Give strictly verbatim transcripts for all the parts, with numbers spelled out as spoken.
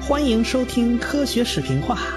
欢迎收听科学视频化。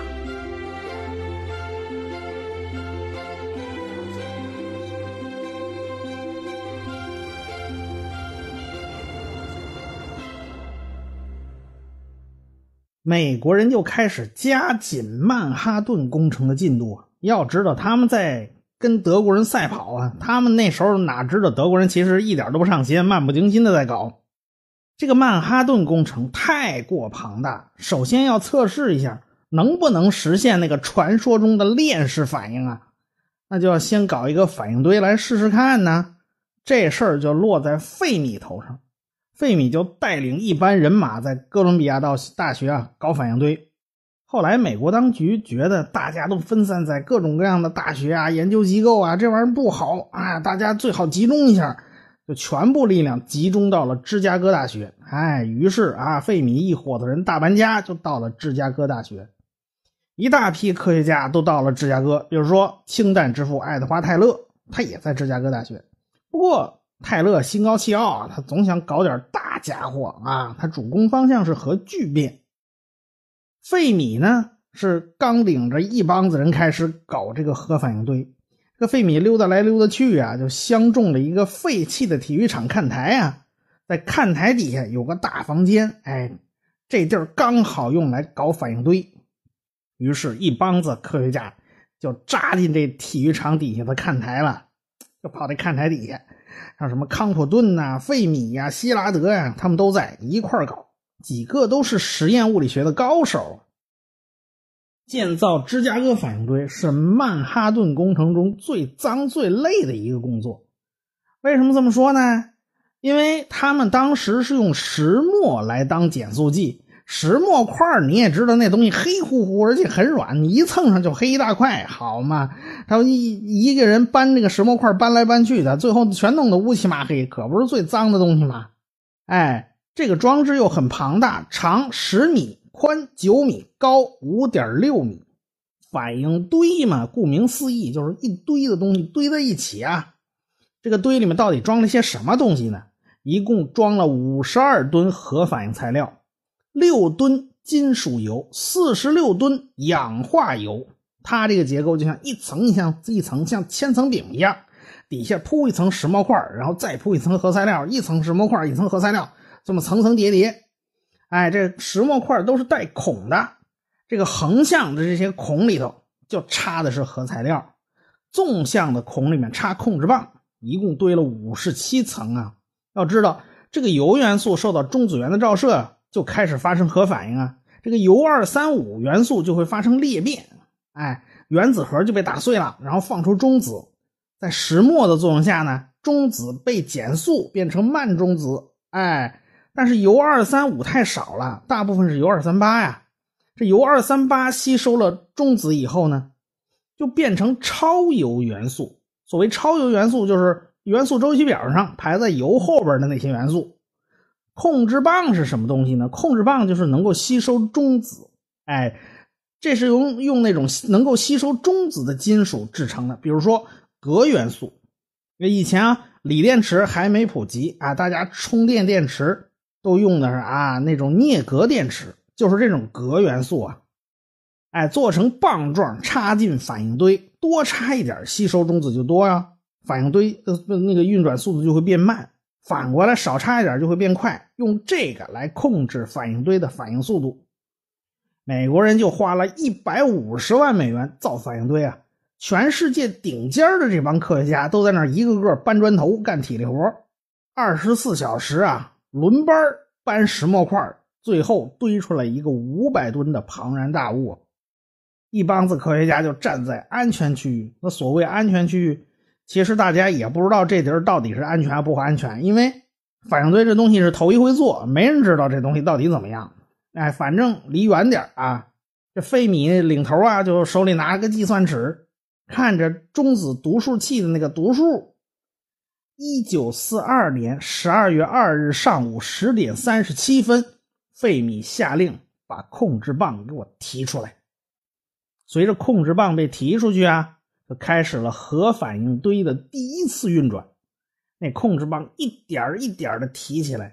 美国人就开始加紧曼哈顿工程的进度。要知道他们在跟德国人赛跑啊，他们那时候哪知道德国人其实一点都不上心，漫不经心的在搞。这个曼哈顿工程太过庞大，首先要测试一下能不能实现那个传说中的链式反应啊，那就要先搞一个反应堆来试试看呢。这事儿就落在费米头上，费米就带领一班人马在哥伦比亚大学啊搞反应堆。后来美国当局觉得大家都分散在各种各样的大学啊、研究机构啊，这玩意儿不好啊，大家最好集中一下，就全部力量集中到了芝加哥大学。哎，于是啊，费米一伙子人大搬家就到了芝加哥大学。一大批科学家都到了芝加哥，比如说氢弹之父爱德华泰勒，他也在芝加哥大学。不过泰勒心高气傲啊，他总想搞点大家伙啊，他主攻方向是核聚变。费米呢是刚领着一帮子人开始搞这个核反应堆。这个费米溜达来溜达去啊，就相中了一个废弃的体育场看台啊，在看台底下有个大房间，哎，这地儿刚好用来搞反应堆。于是一帮子科学家就扎进这体育场底下的看台了，就跑在看台底下，像什么康普顿啊、费米啊、希拉德啊，他们都在一块搞，几个都是实验物理学的高手。建造芝加哥反应堆是曼哈顿工程中最脏最累的一个工作。为什么这么说呢？因为他们当时是用石墨来当减速剂，石墨块你也知道那东西黑乎乎而且很软，你一蹭上就黑一大块，好嘛，他一一个人搬这个石墨块搬来搬去的，最后全弄得乌漆麻黑，可不是最脏的东西吗？哎，这个装置又很庞大，长十米，宽九米，高 五点六米。反应堆嘛，顾名思义就是一堆的东西堆在一起啊。这个堆里面到底装了些什么东西呢？一共装了五十二吨核反应材料，六吨金属油，四十六吨氧化油。它这个结构就像一层一层一层像千层饼一样，底下铺一层石墨块，然后再铺一层核材料，一层石墨块一层核材料，这么层层叠叠。哎，这石墨块都是带孔的，这个横向的这些孔里头就插的是核材料，纵向的孔里面插控制棒，一共堆了五十七层啊。要知道这个铀元素受到中子源的照射就开始发生核反应啊，这个铀二三五元素就会发生裂变，哎，原子核就被打碎了，然后放出中子。在石墨的作用下呢，中子被减速变成慢中子，哎，但是铀二三五太少了，大部分是铀二三八呀。这铀二三八吸收了中子以后呢，就变成超铀元素。所谓超铀元素就是元素周期表上排在铀后边的那些元素。控制棒是什么东西呢？控制棒就是能够吸收中子，哎，这是用用那种能够吸收中子的金属制成的，比如说镉元素。以前啊，锂电池还没普及啊，大家充电电池都用的是啊那种镍镉电池，就是这种镉元素啊，哎，做成棒状插进反应堆，多插一点吸收中子就多呀，反应堆的那个运转速度就会变慢，反过来少插一点就会变快，用这个来控制反应堆的反应速度。美国人就花了一百五十万美元造反应堆啊，全世界顶尖的这帮科学家都在那儿一个个搬砖头干体力活，二十四小时啊轮班搬石墨块，最后堆出来一个五百吨的庞然大物。一帮子科学家就站在安全区域，那所谓安全区域，其实大家也不知道这地儿到底是安全还不安全，因为反应堆这东西是头一回做，没人知道这东西到底怎么样。哎，反正离远点啊。这费米领头啊，就手里拿个计算尺，看着中子读数器的那个读数。一九四二年十二月二日上午十点三十七分，费米下令把控制棒给我提出来。随着控制棒被提出去啊，就开始了核反应堆的第一次运转。那控制棒一点一点的提起来，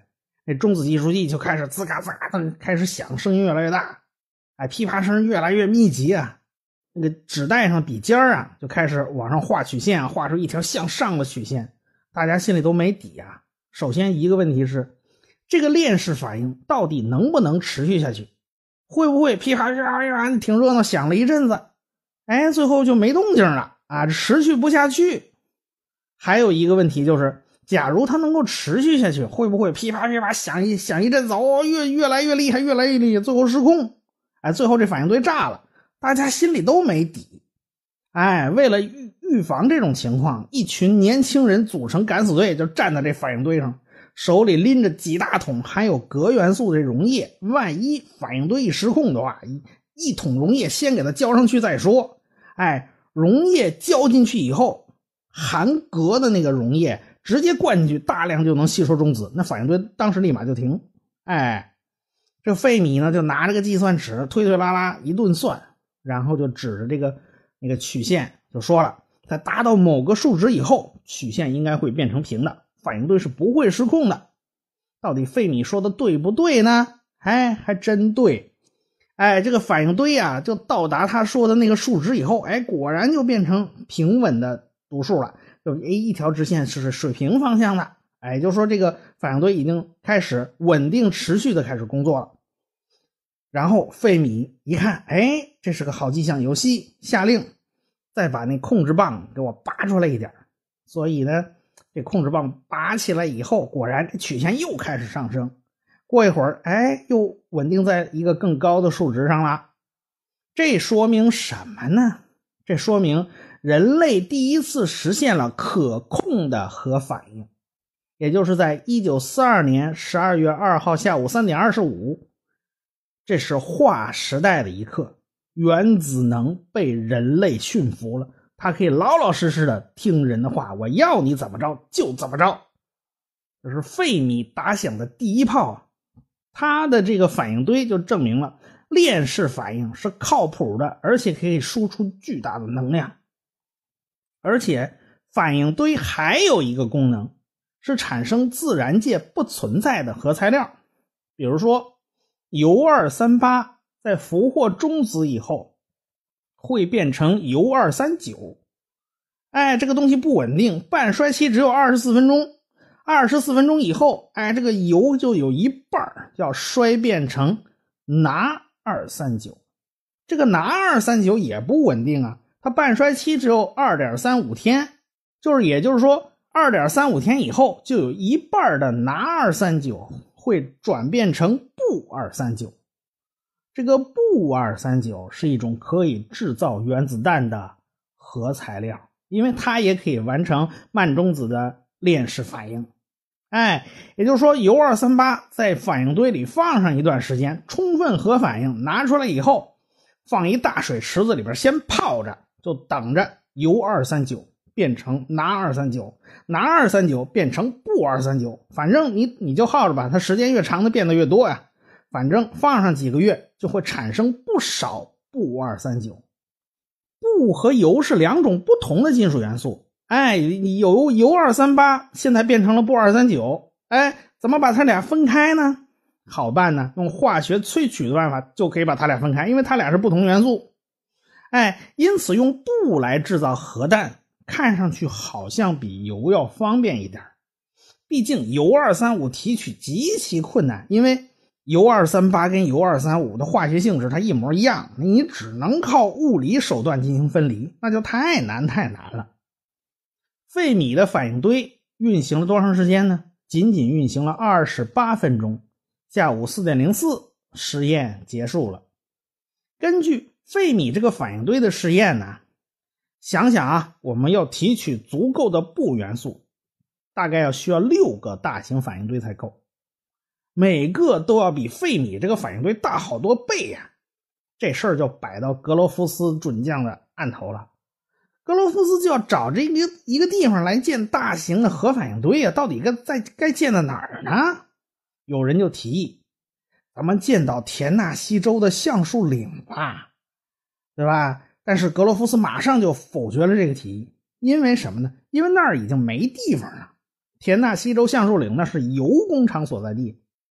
那中子计数器就开始吱嘎吱嘎的开始响，声音越来越大，哎，噼啪声越来越密集啊。那个纸带上笔尖啊就开始往上画曲线啊，画出一条向上的曲线，大家心里都没底啊。首先一个问题是，这个链式反应到底能不能持续下去？会不会噼啪噼啪噼啪挺热闹响了一阵子，哎，最后就没动静了啊，持续不下去？还有一个问题就是，假如它能够持续下去，会不会噼啪噼啪响一响一阵子，哦，越越来越厉害，越来越厉害，最后失控，哎，最后这反应堆炸了，大家心里都没底。哎，为了预预防这种情况，一群年轻人组成敢死队，就站在这反应堆上，手里拎着几大桶含有镉元素的溶液，万一反应堆一失控的话，一一桶溶液先给它浇上去再说。哎，溶液浇进去以后，含镉的那个溶液直接灌进去，大量就能吸收中子，那反应堆当时立马就停。哎，这费米呢就拿着个计算尺推推拉拉一顿算，然后就指着这个那个曲线就说了，在达到某个数值以后，曲线应该会变成平的，反应堆是不会失控的。到底费米说的对不对呢？哎，还真对。哎，这个反应堆啊就到达他说的那个数值以后，哎，果然就变成平稳的读数了，就哎一条直线是水平方向的。哎，就说这个反应堆已经开始稳定持续的开始工作了。然后费米一看，哎，这是个好迹象，有戏，下令再把那控制棒给我拔出来一点。所以呢，这控制棒拔起来以后，果然这曲线又开始上升。过一会儿，哎，又稳定在一个更高的数值上了。这说明什么呢？这说明人类第一次实现了可控的核反应，也就是在一九四二年十二月二号下午三点二十五，这是划时代的一刻，原子能被人类驯服了，它可以老老实实的听人的话，我要你怎么着就怎么着。这是费米打响的第一炮啊，他的这个反应堆就证明了链式反应是靠谱的，而且可以输出巨大的能量。而且反应堆还有一个功能，是产生自然界不存在的核材料，比如说铀二三八在俘获中子以后会变成铀二三九。哎，这个东西不稳定，半衰期只有二十四分钟，二十四分钟以后，哎，这个铀就有一半要衰变成钠二三九。这个钠二三九也不稳定啊，它半衰期只有 二点三五天，就是也就是说 二点三五天以后就有一半的钠二三九会转变成钚二三九。这个钚二三九是一种可以制造原子弹的核材料，因为它也可以完成慢中子的链式反应。哎，也就是说铀二三八在反应堆里放上一段时间，充分核反应拿出来以后，放一大水池子里边先泡着，就等着铀二三九变成钠二三九，钠二三九变成钚二三九，反正你你就耗着吧，它时间越长的变得越多呀，反正放上几个月就会产生不少钚二三九。钚和铀是两种不同的金属元素，哎，有铀二三八现在变成了钚二三九，哎，怎么把它俩分开呢？好办呢，用化学萃取的办法就可以把它俩分开，因为它俩是不同元素。哎，因此用钚来制造核弹看上去好像比铀要方便一点，毕竟铀二三五提取极其困难，因为铀二三八跟铀二三五的化学性质它一模一样，你只能靠物理手段进行分离，那就太难太难了。费米的反应堆运行了多长时间呢？仅仅运行了二十八分钟，下午四点零四实验结束了。根据费米这个反应堆的试验呢，想想啊，我们要提取足够的钚元素，大概要需要六个大型反应堆才够，每个都要比费米这个反应堆大好多倍呀、啊。这事儿就摆到格罗夫斯准将的案头了。格罗夫斯就要找这个一个地方来建大型的核反应堆啊，到底该在该建在哪儿呢？有人就提议，咱们建到田纳西州的橡树岭吧，对吧？但是格罗夫斯马上就否决了这个提议，因为什么呢？因为那儿已经没地方了。田纳西州橡树岭那是铀工厂所在地，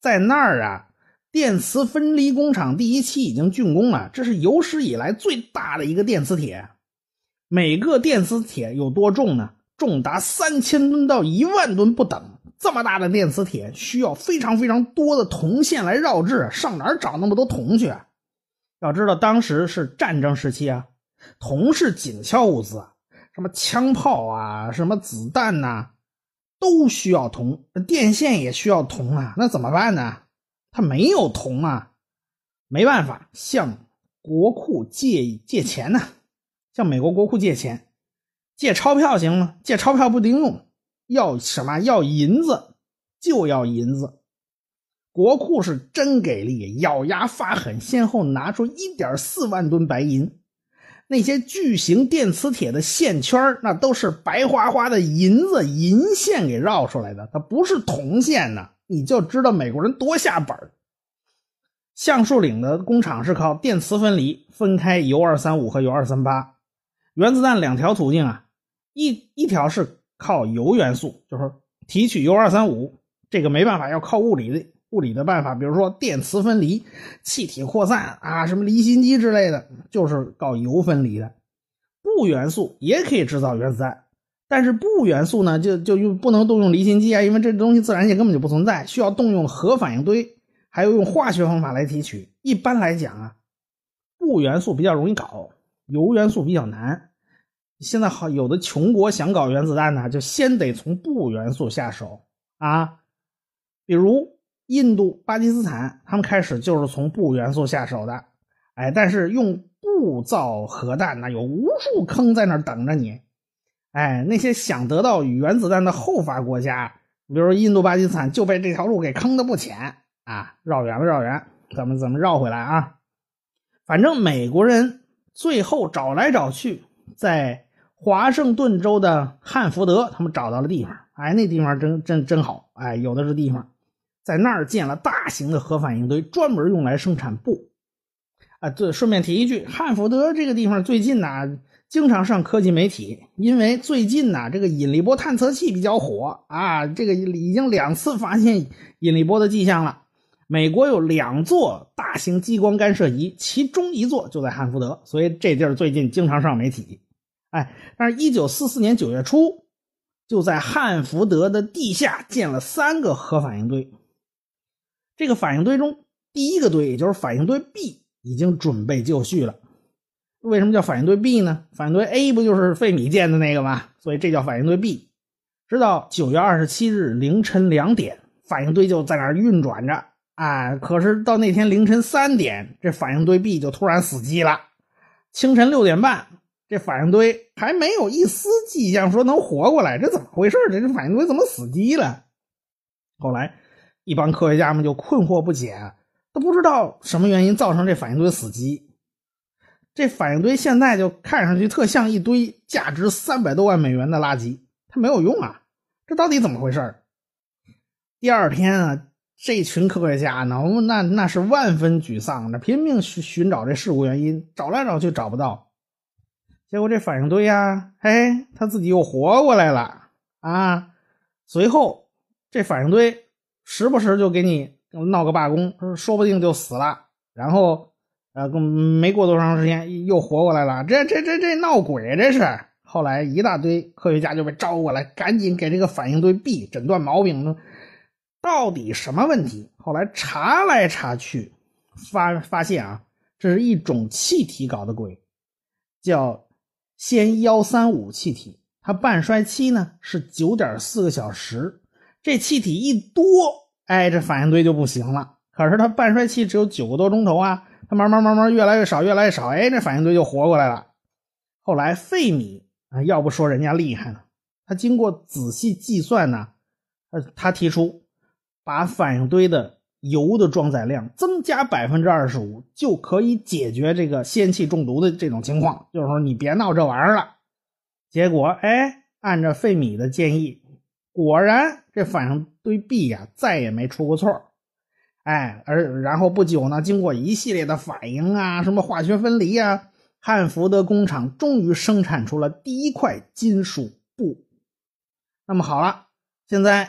在那儿啊，电磁分离工厂第一期已经竣工了，这是有史以来最大的一个电磁铁。每个电磁铁有多重呢？重达三千吨到一万吨不等。这么大的电磁铁需要非常非常多的铜线来绕制，上哪儿找那么多铜去啊？要知道当时是战争时期啊，铜是紧俏物资啊，什么枪炮啊，什么子弹啊，都需要铜，电线也需要铜啊，那怎么办呢？他没有铜啊，没办法，向国库借借钱呢、啊，向美国国库借钱，借钞票行吗？借钞票不顶用，要什么？要银子，就要银子。国库是真给力，咬牙发狠，先后拿出 一点四万吨白银。那些巨型电磁铁的线圈，那都是白花花的银子银线给绕出来的，它不是铜线呢，你就知道美国人多下本。橡树岭的工厂是靠电磁分离分开铀二三五和铀二三八。原子弹两条途径啊，一一条是靠铀元素，就是提取铀二三五，这个没办法，要靠物理的物理的办法，比如说电磁分离、气体扩散啊，什么离心机之类的，就是搞铀分离的。钚元素也可以制造原子弹，但是钚元素呢，就就不能动用离心机啊，因为这东西自然界根本就不存在，需要动用核反应堆，还有用化学方法来提取。一般来讲啊，钚元素比较容易搞，铀元素比较难。现在好有的穷国想搞原子弹呢，就先得从钚元素下手啊。比如印度、巴基斯坦，他们开始就是从钚元素下手的。哎，但是用钚造核弹那有无数坑在那儿等着你。哎，那些想得到原子弹的后发国家，比如印度、巴基斯坦，就被这条路给坑得不浅啊，绕远了绕远，咱们怎么绕回来啊？反正美国人最后找来找去，在华盛顿州的汉福德，他们找到了地方。哎，那地方真真真好，哎，有的是地方。在那儿建了大型的核反应堆，专门用来生产钚。啊，对，顺便提一句，汉福德这个地方最近呢，经常上科技媒体，因为最近呢，这个引力波探测器比较火啊，这个已经两次发现引力波的迹象了。美国有两座大型激光干涉仪，其中一座就在汉福德，所以这地儿最近经常上媒体。哎，但是一九四四年九月初，就在汉福德的地下建了三个核反应堆。这个反应堆中，第一个堆也就是反应堆 B 已经准备就绪了。为什么叫反应堆 B 呢？反应堆 A 不就是费米建的那个吗？所以这叫反应堆 B。直到九月二十七日凌晨两点，反应堆就在那儿运转着啊。可是到那天凌晨三点，这反应堆 B 就突然死机了。清晨六点半，这反应堆还没有一丝迹象说能活过来，这怎么回事？这反应堆怎么死机了？后来一帮科学家们就困惑不解，都不知道什么原因造成这反应堆死机。这反应堆现在就看上去特像一堆价值三百多万美元的垃圾，它没有用啊，这到底怎么回事？第二天啊，这群科学家呢，那那是万分沮丧的，拼命寻找这事故原因，找来找去找不到。结果这反应堆呀，嘿，它自己又活过来了啊！随后这反应堆时不时就给你闹个罢工，说不定就死了，然后呃，没过多长时间又活过来了，这这这这闹鬼这是。后来一大堆科学家就被招过来，赶紧给这个反应堆 B 诊断毛病呢，到底什么问题？后来查来查去，发发现啊，这是一种气体搞的鬼，叫氙一三五气体，它半衰期呢是 九点四个小时，这气体一多，哎，这反应堆就不行了。可是它半衰期只有九个多钟头啊，它慢慢慢慢越来越少越来越少，哎，这反应堆就活过来了。后来费米啊，要不说人家厉害呢，他经过仔细计算呢，呃，他提出把反应堆的铀的装载量增加 百分之二十五， 就可以解决这个氙气中毒的这种情况，就是说你别闹这玩意儿了。结果哎，按照费米的建议，果然这反应堆 B 呀、啊、再也没出过错。哎，而然后不久呢，经过一系列的反应啊，什么化学分离啊，汉福德工厂终于生产出了第一块金属钚。那么好了，现在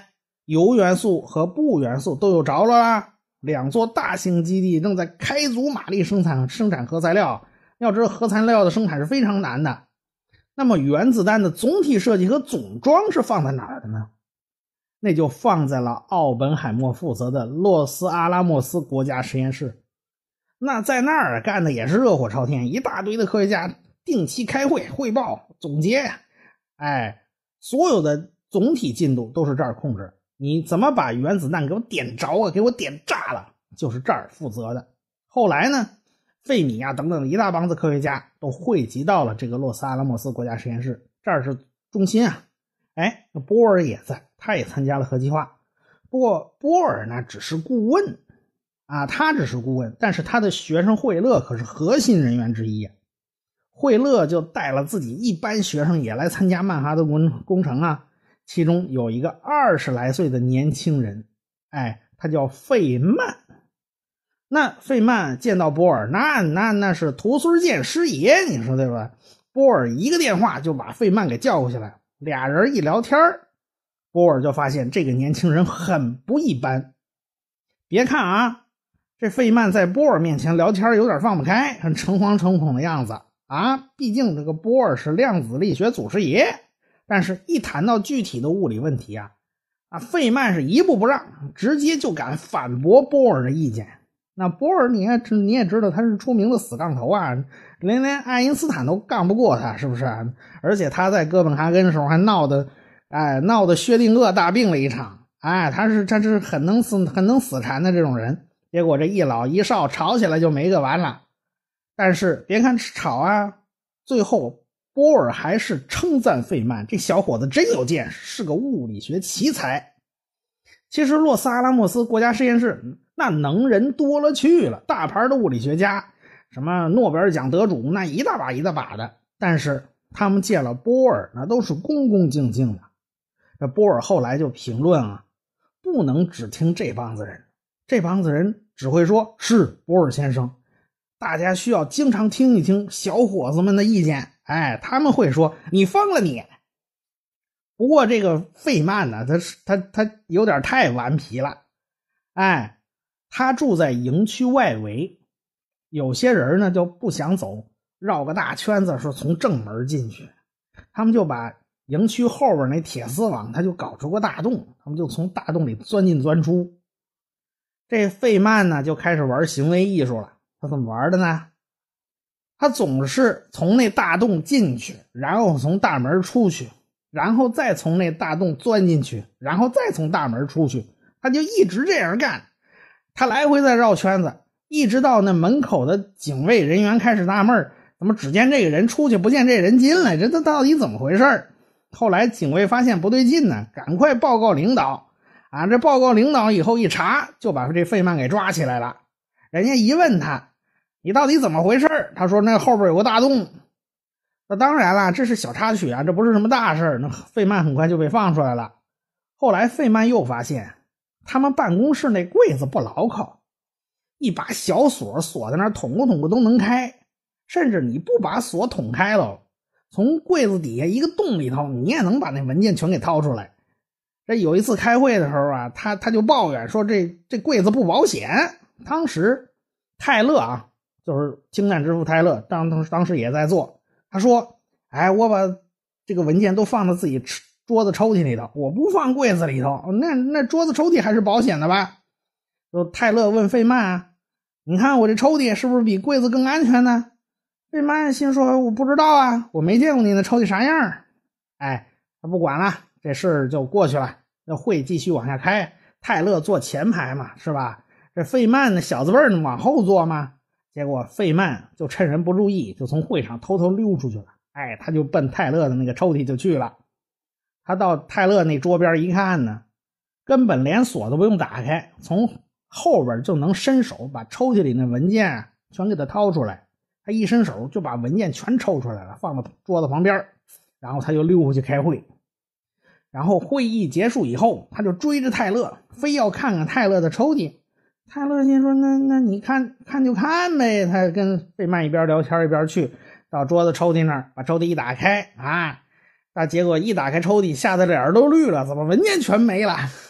铀元素和钚元素都有着落啦，两座大型基地正在开足马力生产生产核材料。要知道核材料的生产是非常难的。那么原子弹的总体设计和总装是放在哪儿的呢？那就放在了奥本海默负责的洛斯阿拉莫斯国家实验室。那在那儿干的也是热火朝天，一大堆的科学家定期开会汇报总结，哎，所有的总体进度都是这儿控制。你怎么把原子弹给我点着啊，给我点炸了，就是这儿负责的。后来呢，费米啊等等一大帮子科学家都汇集到了这个洛斯阿拉莫斯国家实验室，这儿是中心啊。哎，波尔也在，他也参加了核计划。不过波尔呢只是顾问啊，他只是顾问，但是他的学生惠勒可是核心人员之一啊。惠勒就带了自己一班学生也来参加曼哈顿工程啊，其中有一个二十来岁的年轻人，哎，他叫费曼。那费曼见到波尔，那那那是图孙见师爷，你说对吧？波尔一个电话就把费曼给叫过去了，俩人一聊天，波尔就发现这个年轻人很不一般。别看啊，这费曼在波尔面前聊天有点放不开，很诚惶诚恐的样子啊。毕竟这个波尔是量子力学祖师爷，但是一谈到具体的物理问题啊，啊，费曼是一步不让，直接就敢反驳波尔的意见。那波尔你也你也知道他是出名的死杠头啊，连连爱因斯坦都杠不过他，是不是？而且他在哥本哈根的时候还闹得哎闹得薛定谔大病了一场，哎，他是他是很能死很能死缠的这种人。结果这一老一少吵起来就没个完了。但是别看吵啊，最后波尔还是称赞费曼，这小伙子真有见识，是个物理学奇才。其实洛斯阿拉莫斯国家实验室那能人多了去了，大牌的物理学家，什么诺贝尔奖得主那一大把一大把的，但是他们见了波尔那都是恭恭敬敬的。这波尔后来就评论啊，不能只听这帮子人，这帮子人只会说是波尔先生，大家需要经常听一听小伙子们的意见，哎，他们会说你疯了你。不过这个费曼呢，他他他有点太顽皮了，哎，他住在营区外围，有些人呢就不想走，绕个大圈子说从正门进去，他们就把营区后边那铁丝网他就搞出个大洞，他们就从大洞里钻进钻出。这费曼呢就开始玩行为艺术了，他怎么玩的呢？他总是从那大洞进去，然后从大门出去，然后再从那大洞钻进去，然后再从大门出去，他就一直这样干。他来回在绕圈子，一直到那门口的警卫人员开始纳闷，怎么只见这个人出去不见这人进来，这他到底怎么回事？后来警卫发现不对劲呢，赶快报告领导啊！这报告领导以后一查，就把这费曼给抓起来了。人家一问他，你到底怎么回事？他说那后边有个大洞。那当然了，这是小插曲啊，这不是什么大事。那费曼很快就被放出来了。后来费曼又发现他们办公室那柜子不牢靠，一把小锁锁在那儿捅咕捅咕都能开，甚至你不把锁捅开了，从柜子底下一个洞里头你也能把那文件全给掏出来。这有一次开会的时候啊，他他就抱怨说这这柜子不保险。当时泰勒啊，就是氢弹之父泰勒当当时也在做，他说哎，我把这个文件都放在自己桌子抽屉里头，我不放柜子里头，那那桌子抽屉还是保险的吧？就泰勒问费曼啊，你看我这抽屉是不是比柜子更安全呢？费曼心说我不知道啊，我没见过你的抽屉啥样。哎，他不管了，这事就过去了。那会继续往下开，泰勒坐前排嘛，是吧？这费曼那小子辈儿往后坐嘛。结果费曼就趁人不注意，就从会场偷偷溜出去了。哎，他就奔泰勒的那个抽屉就去了。他到泰勒那桌边一看呢，根本连锁都不用打开，从后边就能伸手把抽屉里那文件全给他掏出来。他一伸手就把文件全抽出来了，放到桌子旁边，然后他就溜回去开会。然后会议结束以后，他就追着泰勒，非要看看泰勒的抽屉。泰勒心说那那你看看就看呗。他跟费曼一边聊天一边去到桌子抽屉那儿，把抽屉一打开啊，那结果一打开抽屉，吓得脸都绿了，怎么文件全没了？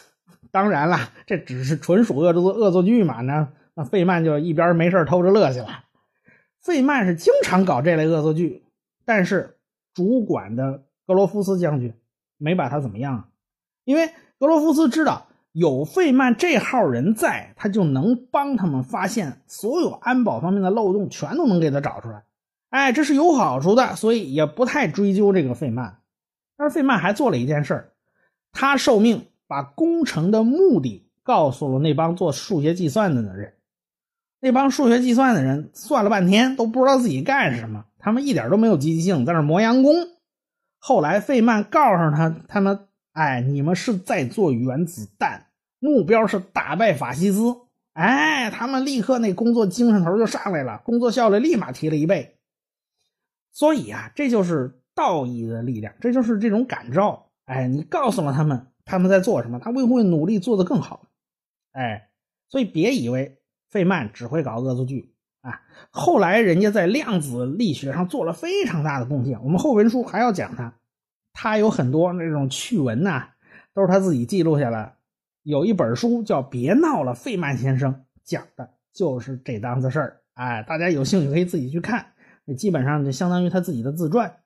当然了，这只是纯属恶作恶作剧嘛，那那费曼就一边没事偷着乐去了。费曼是经常搞这类恶作剧，但是主管的格罗夫斯将军没把他怎么样，因为格罗夫斯知道有费曼这号人在，他就能帮他们发现所有安保方面的漏洞，全都能给他找出来。哎，这是有好处的，所以也不太追究这个费曼。但是费曼还做了一件事，他受命把工程的目的告诉了那帮做数学计算的人。那帮数学计算的人算了半天都不知道自己干什么，他们一点都没有积极性，在那磨洋工。后来费曼告诉他他们，哎，你们是在做原子弹，目标是打败法西斯。哎，他们立刻那工作精神头就上来了，工作效率立马提了一倍。所以啊，这就是道义的力量，这就是这种感召。哎，你告诉了他们他们在做什么，他们会努力做得更好。哎，所以别以为费曼只会搞恶作剧啊！后来人家在量子力学上做了非常大的贡献，我们后文书还要讲他。他有很多那种趣闻呐、啊，都是他自己记录下来。有一本书叫《别闹了，费曼先生》，讲的就是这档子事儿。哎，大家有兴趣可以自己去看，那基本上就相当于他自己的自传。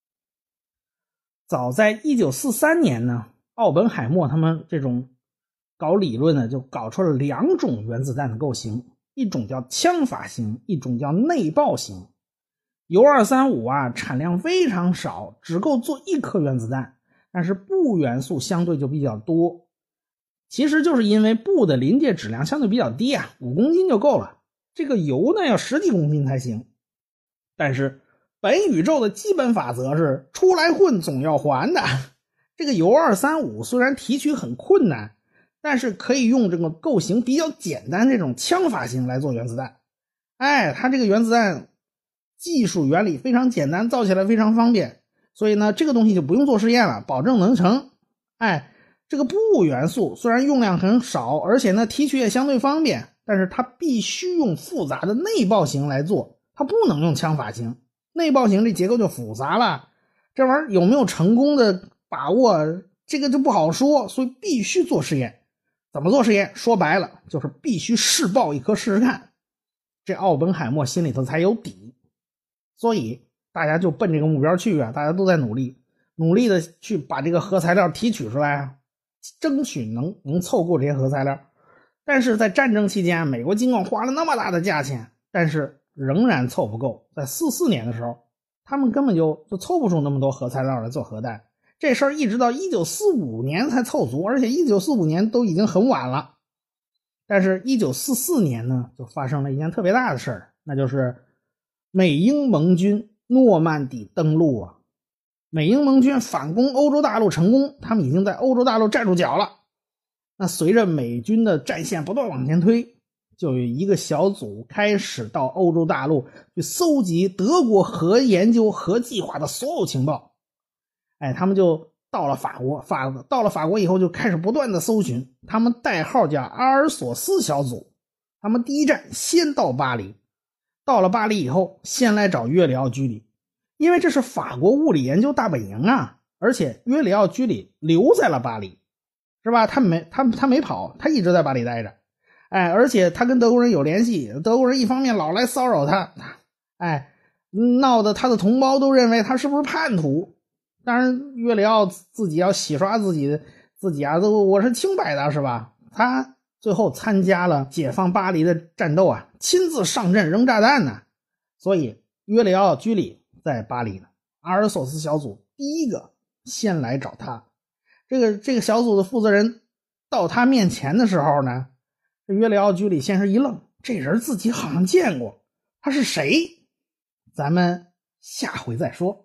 早在一九四三年呢，奥本海默他们这种搞理论呢，就搞出了两种原子弹的构型，一种叫枪法型，一种叫内爆型。铀二三五啊，产量非常少，只够做一颗原子弹，但是钚元素相对就比较多。其实就是因为钚的临界质量相对比较低啊，五公斤就够了。这个铀呢要十几公斤才行。但是本宇宙的基本法则是出来混总要还的。这个铀二三五虽然提取很困难，但是可以用这个构型比较简单这种枪法型来做原子弹。哎，它这个原子弹技术原理非常简单，造起来非常方便，所以呢这个东西就不用做实验了，保证能成。哎，这个钚元素虽然用量很少，而且呢提取也相对方便，但是它必须用复杂的内爆型来做，它不能用枪法型。内爆型这结构就复杂了，这玩意儿有没有成功的把握，这个就不好说，所以必须做实验。怎么做实验？说白了就是必须试爆一颗试试看，这奥本海默心里头才有底。所以大家就奔这个目标去啊，大家都在努力努力的去把这个核材料提取出来啊，争取能能凑够这些核材料。但是在战争期间，美国尽管花了那么大的价钱，但是仍然凑不够。在四四年的时候，他们根本就就凑不出那么多核材料来做核弹。这事儿一直到一九四五年才凑足，而且一九四五年都已经很晚了。但是一九四四年呢，就发生了一件特别大的事儿，那就是美英盟军诺曼底登陆啊。美英盟军反攻欧洲大陆成功，他们已经在欧洲大陆站住脚了。那随着美军的战线不断往前推，就有一个小组开始到欧洲大陆去搜集德国核研究核计划的所有情报。哎，他们就到了法国，法到了法国以后就开始不断的搜寻，他们代号叫阿尔索斯小组。他们第一站先到巴黎，到了巴黎以后先来找约里奥居里，因为这是法国物理研究大本营啊，而且约里奥居里留在了巴黎，是吧？他没他他没跑，他一直在巴黎待着。哎，而且他跟德国人有联系，德国人一方面老来骚扰他，哎，闹得他的同胞都认为他是不是叛徒。当然约里奥自己要洗刷自己自己啊，都我是清白的，是吧？他最后参加了解放巴黎的战斗啊，亲自上阵扔炸弹呢、啊。所以约里奥居里在巴黎呢，阿尔索斯小组第一个先来找他。这个这个小组的负责人到他面前的时候呢，这约里奥居里先是一愣，这人自己好像见过，他是谁？咱们下回再说。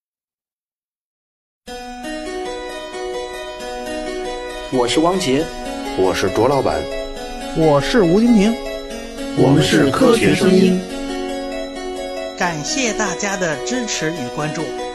我是汪杰， 我是卓老板， 我是吴金平， 我们是科学声音。 感谢大家的支持与关注。